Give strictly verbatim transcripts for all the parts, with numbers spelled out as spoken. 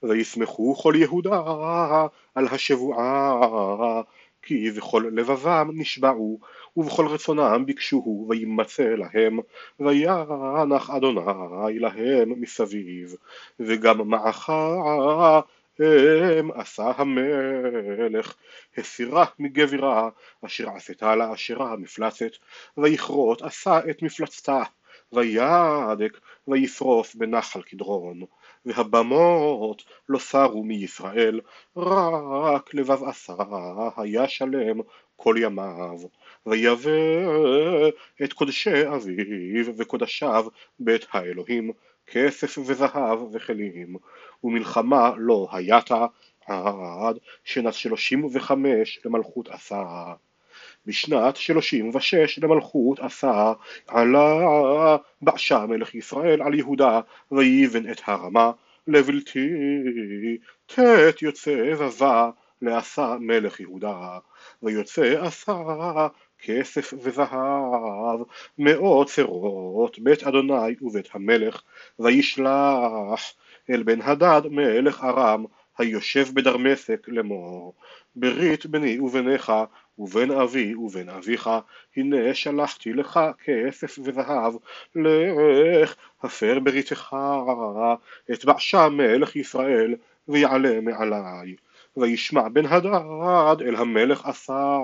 וישמחו כל יהודה על השבועה, כי בכל לבבם נשבעו, ובכל רצונם ביקשוהו, וימצא להם, וינח אדוני להם מסביב. וגם מעכה הם עשה המלך, הסירה מגבירה, אשר עשתה לאשרה מפלצת, ויכרות עשה את מפלצתה, וידק ויפרוס בנחל קדרון. והבמות לא סרו מישראל, רק לבב עשה היה שלם כל ימיו. ויבא את קודשי אביו וקודשיו בית האלוהים, כסף וזהב וכלים, ומלחמה לא הייתה עד שנת שלושים וחמש למלכות עשה. בשנת שלושים ושש למלכות עשה עלה באשה מלך ישראל על יהודה, ויבן את הרמה לבלתי תת יוצא זזה לעשה מלך יהודה. ויוצא עשה כסף וזהב מאות צרות בית אדוני ובית המלך, וישלח אל בן הדד מלך ארם היושב בדרמשק לאמור, ברית בני ובניך ובן אבי ובן אביך, הנה שלחתי לך כסף וזהב, לך הפר בריתך את באשה מלך ישראל ויעלה מעלי. וישמע בן הדד אל המלך עשה,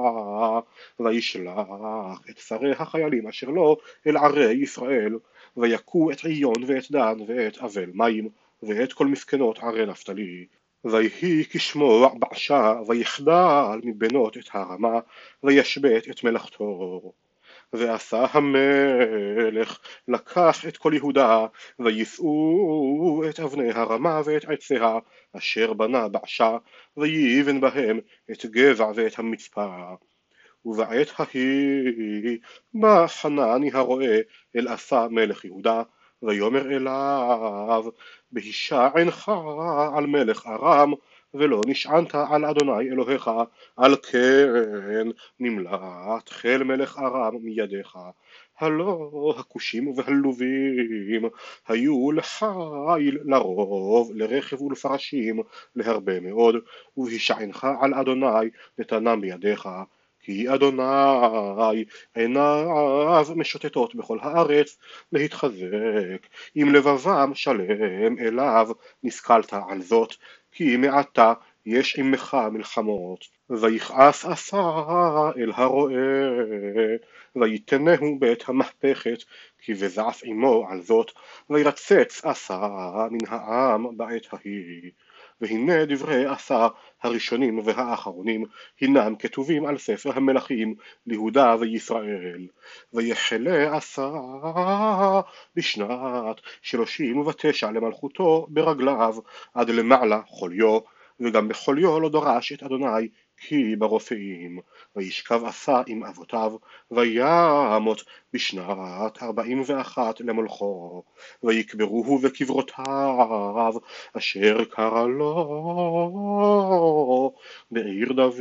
וישלח את שרי החיילים אשר לו אל ערי ישראל, ויכו את עיון ואת דן ואת אבל מים ואת כל מסכנות ערי נפתלי. ויהי כשמוע באשה, ויחדל מבנות את הרמה, וישבת את מלאכתו. ועשה המלך לקח את כל יהודה, ויישאו את אבני הרמה ואת עציה אשר בנה באשה, ויבן בהם את גבע ואת המצפה. ובעת ההיא בא חנני הרועה אל עשה מלך יהודה, ויאמר אליו, בהישענך על מלך ארם, ולא נשענת על אדוני אלוהיך, על כן נמלט חיל מלך ארם מידיך. הלא הכושים והלובים היו לחיל לרוב, לרכב ולפרשים להרבה מאוד, ובהישענך על אדוני נתנם בידיך. כי אדוני עיניו משוטטות בכל הארץ להתחזק, אם לבבם שלם אליו נסכלת על זאת, כי מעתה יש עמך מלחמות. ויכעס עשה אל הרועה, ויתנהו בית המהפכת, כי בזעף עמו על זאת, וירצץ עשה מן העם בעת ההיא. והנה דברי עשה הראשונים והאחרונים הנם כתובים על ספר המלכים ליהודה וישראל. ויחלה עשה בשנת שלושים ותשע למלכותו ברגליו עד למעלה חוליו, וגם בחוליו לא דרש את אדוני כי ברופאים. וישכב עשה עם אבותיו, וימות בשנת ארבעים ואחת למלכו, ויקברוהו בקברותיו אשר קרא לו בעיר דוד.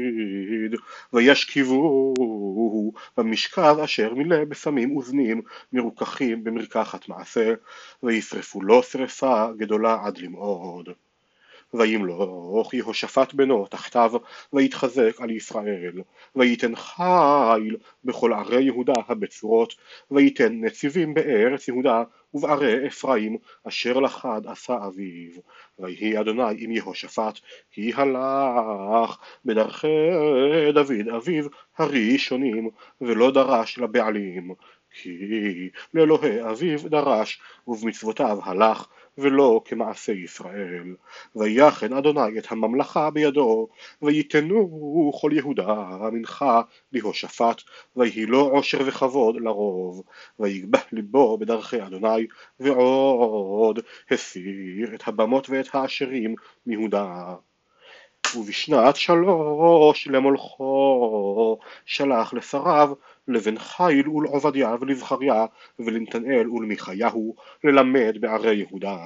וישכבוהו במשכב אשר מילא בסמים וזנים מרוככים במרקחת מעשה, וישרפו לו שרפה גדולה עד למאוד. וימלוך יהושפט בנו תחתיו, ויתחזק על ישראל, וייתן חיל בכל ערי יהודה הבצורות, וייתן נציבים בארץ יהודה ובערי אפרים אשר לחד עשה אביו. ויהי אדוני עם יהושפט, כי הלך בדרכי דוד אביו הראשונים, ולא דרש לבעלים, כי לאלוהי אביו דרש, ובמצוותיו הלך, ולא כמעשה ישראל. ויחן אדוני את הממלכה בידו, ויתנו כל יהודה מנחה להושפט, ויהי לו עושר וכבוד לרוב, ויגבה ליבו בדרכי אדוני, ועוד הסיר את הבמות ואת האשרים מיהודה. ובשנת שלוש למולכו שלח לשריו לבן חיל ולעובדיה ולזכריה ולנתנאל ולמיכיהו ללמד בערי יהודה,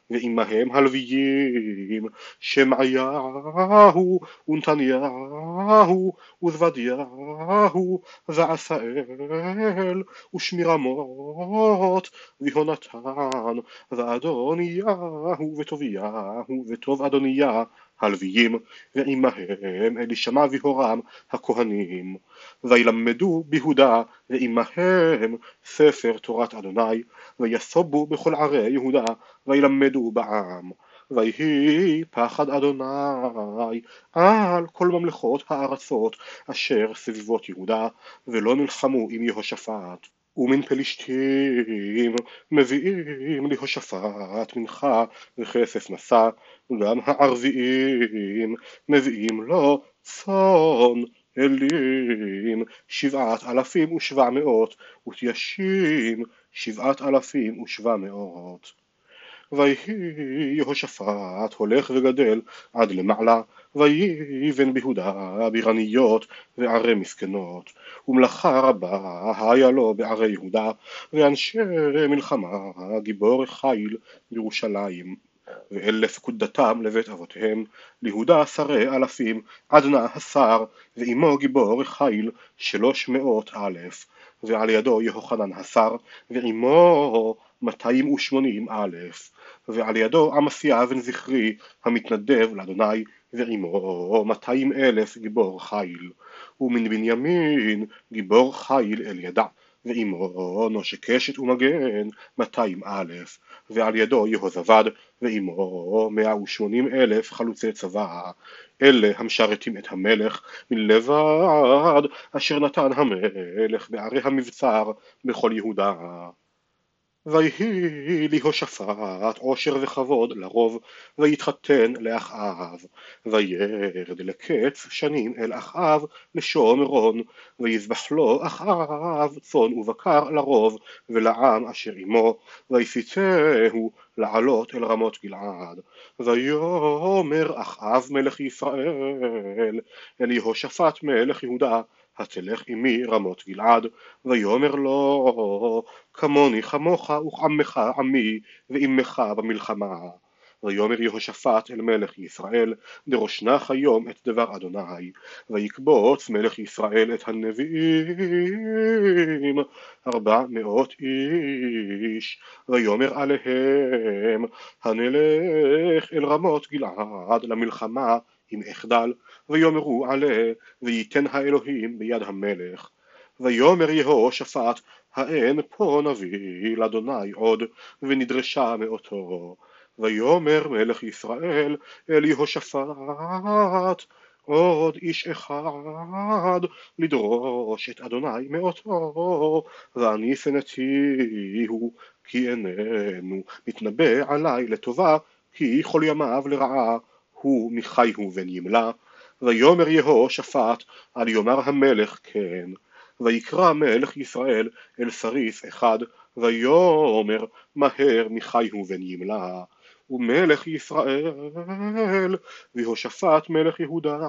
ועמהם הלוויים, שמעיהו ונתניהו וזבדיהו ועשאל ושמירמות ויהונתן ואדוניהו וטוביהו וטוב אדוניה הלוויים, ועמהם אלישמע ויהורם הכהנים, וילמדו ביהודה ועמהם ספר תורת אדוני, ויסובו בכל ערי יהודה וילמדו בעם, ויהי פחד אדוני על כל ממלכות הארצות אשר סביבות יהודה, ולא נלחמו עם יהושפט. ומן פלישתים מביאים ליהושפט מנחה וכסף נשא, גם הערביים מביאים לו צאן אלים שבעת אלפים ושבע מאות, ותיישים שבעת אלפים ושבע מאות. ויהי יהושפט הולך וגדל עד למעלה, ויבן ביהודה בירניות וערי מסכנות, ומלאכה רבה היה לו בערי יהודה, ואנשי מלחמה גיבור חיל בירושלים, ואלה פקודתם לבית אבותיהם, ליהודה עשרי אלפים עדנה השר, ועמו גיבור חיל שלוש מאות אלף, ועל ידו יהוחנן השר, ועמו מאתיים ושמונים אלף, ועל ידו עמשיה בן זכרי המתנדב לאדוני, ועמו מאתיים אלף גיבור חיל. ומן בנימין גיבור חיל אל ידע, ועמו נושק קשת ומגן מאתיים אלף, ועל ידו יהוזבד, ועמו מאה ושמונים אלף חלוצי צבא, אלה המשרתים את המלך מלבד אשר נתן המלך בערי המבצר בכל יהודה. ויהי ליהושפט עושר וכבוד לרוב, ויתחתן לאחאב, וירד לקץ שנים אל אחאב לשומרון, ויזבח לו אחאב צאן ובקר לרוב ולעם אשר עמו, ויפיצהו לעלות אל רמות גלעד. ויאמר אחאב מלך ישראל אל יהושפט מלך יהודה, התלך עמי רמות גלעד, ויאמר לו כמוני כמוך וכעמך עמי ועמך במלחמה. ויאמר יהושפט אל מלך ישראל, דרושנך היום את דבר אדוני, ויקבוץ מלך ישראל את הנביאים ארבע מאות איש, ויאמר עליהם הנלך אל רמות גלעד למלחמה אם אחדל, ויאמרו עלה וייתן האלוהים ביד המלך. ויאמר יהושפט האין פה נביא לאדוני עוד, ונדרשה מאותו. ויאמר מלך ישראל אל יהושפט עוד איש אחד לדרוש את אדוני מאותו, ואני שנאתיהו כי איננו מתנבא עלי לטובה, כי כל ימיו לרעה הוא מחייהו בן ימלה. ויאמר יהושפט על יאמר המלך כן. ויקרא מלך ישראל אל סריס אחד, ויאמר מהר מחייהו בן ימלה. ומלך ישראל ויהושפט מלך יהודה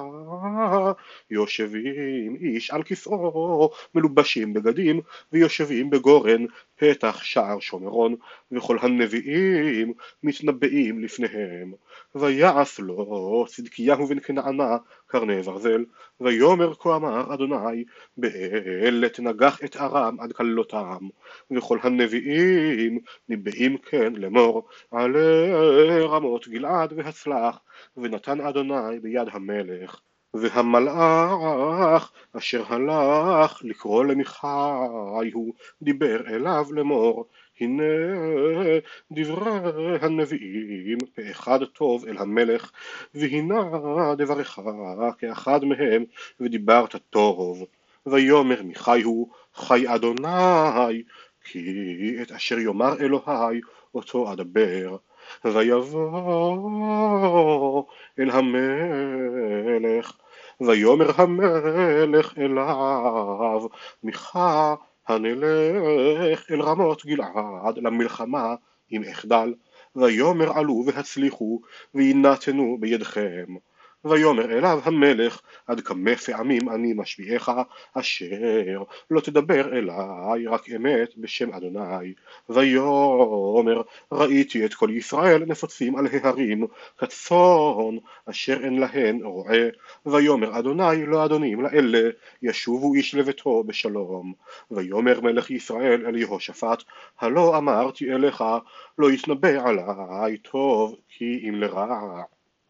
יושבים איש על כסאו מלובשים בגדים, ויושבים בגורן פתח שער שומרון, וכל הנביאים מתנבאים לפניהם. ויעש לו צדקיהו בן כנענה קרני ברזל, ויאמר כה אמר אדוני באלה תנגח את ארם עד כלותם, וכל הנביאים ניבאים כן לאמור עלי רמות גלעד והצלח, ונתן אדוני ביד המלך. והמלאך אשר הלך לקרוא למיכאיהו דיבר אליו לאמור הנה דברי הנביאים כאחד טוב אל המלך, והנה דברך כאחד מהם ודיברת טוב. ויאמר מיכאיהו חי אדוני כי את אשר יאמר אלוהי אותו אדבר. ויבוא אל המלך, ויאמר המלך אליו מיכה הנלך אל רמות גלעד למלחמה אם אחדל. ויאמר עלו והצליחו וינתנו בידכם. ויאמר אליו המלך, עד כמה פעמים אני משביעך, אשר לא תדבר אליי רק אמת בשם אדוני. ויאמר, ראיתי את כל ישראל נפוצים על ההרים כצאן אשר אין להן רועה. ויאמר אדוני לא אדונים לאלה, ישובו איש לביתו בשלום. ויאמר מלך ישראל אל יהושפט, הלא אמרתי אליך, לא יתנבא עלי טוב כי אם לרע.